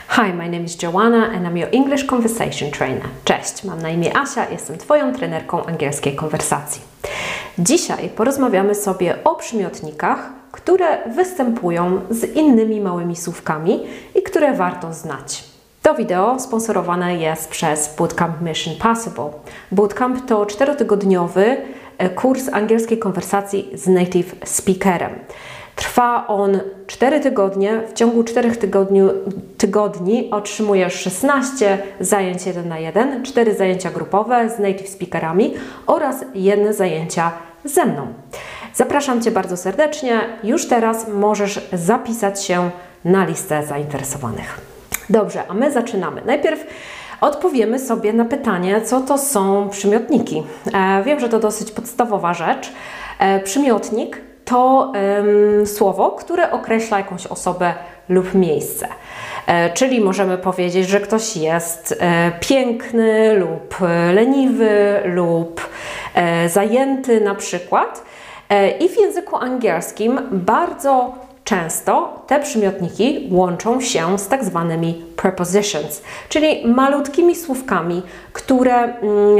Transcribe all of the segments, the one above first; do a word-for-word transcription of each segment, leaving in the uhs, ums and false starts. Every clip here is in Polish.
Hi, my name is Joanna and I'm your English Conversation Trainer. Cześć, mam na imię Asia, jestem Twoją trenerką angielskiej konwersacji. Dzisiaj porozmawiamy sobie o przymiotnikach, które występują z innymi małymi słówkami i które warto znać. To wideo sponsorowane jest przez Bootcamp Mission Possible. Bootcamp to czterotygodniowy kurs angielskiej konwersacji z native speakerem. Trwa on cztery tygodnie. W ciągu czterech tygodniu, tygodni otrzymujesz szesnaście zajęć jeden na jeden, cztery zajęcia grupowe z native speakerami oraz jedne zajęcia ze mną. Zapraszam Cię bardzo serdecznie. Już teraz możesz zapisać się na listę zainteresowanych. Dobrze, a my zaczynamy. Najpierw odpowiemy sobie na pytanie, co to są przymiotniki. E, wiem, że to dosyć podstawowa rzecz. E, przymiotnik to um, słowo, które określa jakąś osobę lub miejsce. E, czyli możemy powiedzieć, że ktoś jest e, piękny lub e, leniwy lub e, zajęty na przykład. E, I w języku angielskim bardzo często te przymiotniki łączą się z tak zwanymi prepositions, czyli malutkimi słówkami, które mm,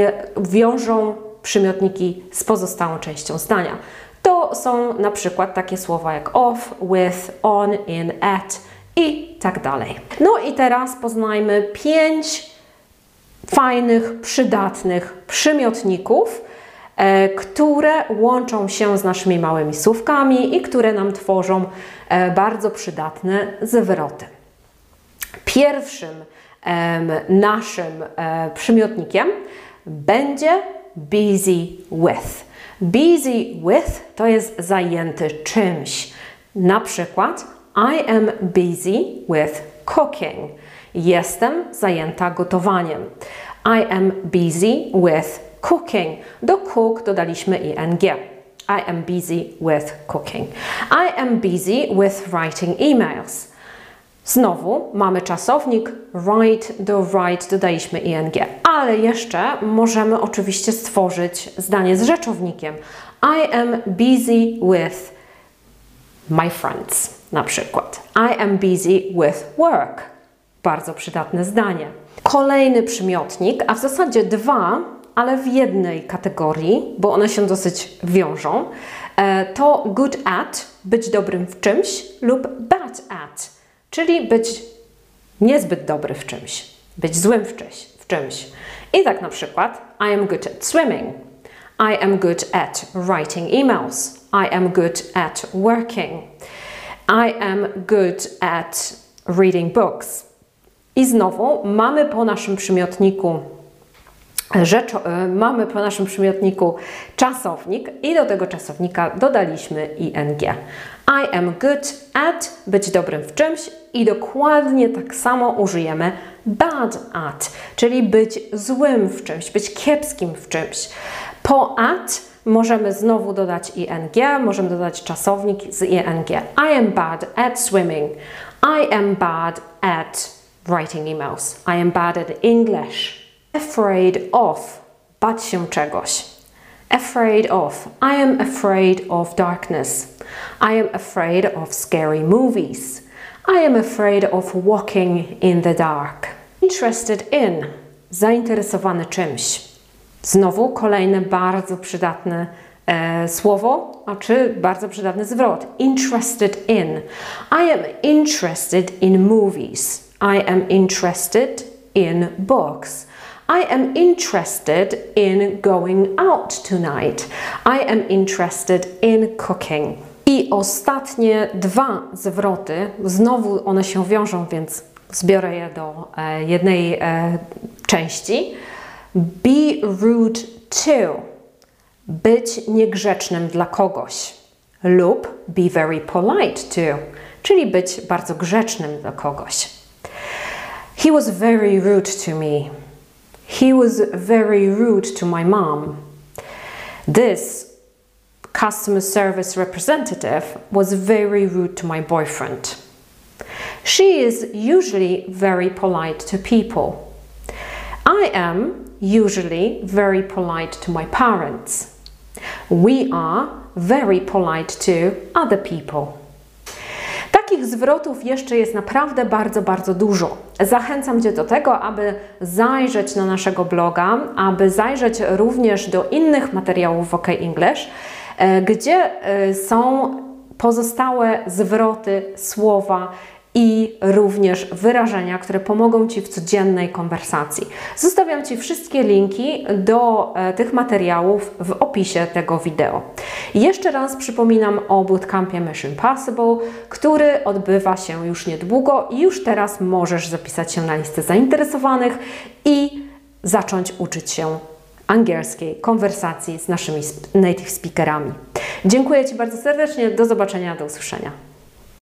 wiążą przymiotniki z pozostałą częścią zdania. To są na przykład takie słowa jak off, with, on, in, at i tak dalej. No i teraz poznajmy pięć fajnych, przydatnych przymiotników, e, które łączą się z naszymi małymi słówkami i które nam tworzą e, bardzo przydatne zwroty. Pierwszym e, naszym e, przymiotnikiem będzie busy with. Busy with to jest zajęty czymś. Na przykład I am busy with cooking. Jestem zajęta gotowaniem. I am busy with cooking. Do cook dodaliśmy ing. I am busy with cooking. I am busy with writing emails. Znowu mamy czasownik write, do write dodaliśmy ing, ale jeszcze możemy oczywiście stworzyć zdanie z rzeczownikiem. I am busy with my friends, na przykład. I am busy with work. Bardzo przydatne zdanie. Kolejny przymiotnik, a w zasadzie dwa, ale w jednej kategorii, bo one się dosyć wiążą, to good at, być dobrym w czymś, lub bad at. Czyli być niezbyt dobry w czymś, być złym w czymś, w czymś. I tak na przykład I am good at swimming. I am good at writing emails. I am good at working. I am good at reading books. I znowu mamy po naszym przymiotniku rzecz, mamy po naszym przymiotniku czasownik i do tego czasownika dodaliśmy ing. I am good at, być dobrym w czymś i dokładnie tak samo użyjemy bad at, czyli być złym w czymś, być kiepskim w czymś. Po at możemy znowu dodać ing, możemy dodać czasownik z ing. I am bad at swimming. I am bad at writing emails. I am bad at English. Afraid of, bać się czegoś. Afraid of, I am afraid of darkness. I am afraid of scary movies. I am afraid of walking in the dark. Interested in, zainteresowany czymś. Znowu kolejne bardzo przydatne e, słowo, a czy bardzo przydatny zwrot. Interested in. I am interested in movies. I am interested in books. I am interested in going out tonight. I am interested in cooking. I ostatnie dwa zwroty, znowu one się wiążą, więc zbiorę je do e, jednej e, części. Be rude to, być niegrzecznym dla kogoś, lub be very polite to, czyli być bardzo grzecznym dla kogoś. He was very rude to me. He was very rude to my mom. This customer service representative was very rude to my boyfriend. She is usually very polite to people. I am usually very polite to my parents. We are very polite to other people. Takich zwrotów jeszcze jest naprawdę bardzo, bardzo dużo. Zachęcam Cię do tego, aby zajrzeć na naszego bloga, aby zajrzeć również do innych materiałów w OK English, gdzie są pozostałe zwroty, słowa i również wyrażenia, które pomogą Ci w codziennej konwersacji. Zostawiam Ci wszystkie linki do e, tych materiałów w opisie tego wideo. Jeszcze raz przypominam o bootcampie Mission Possible, który odbywa się już niedługo i już teraz możesz zapisać się na listę zainteresowanych i zacząć uczyć się angielskiej konwersacji z naszymi native speakerami. Dziękuję Ci bardzo serdecznie, do zobaczenia, do usłyszenia.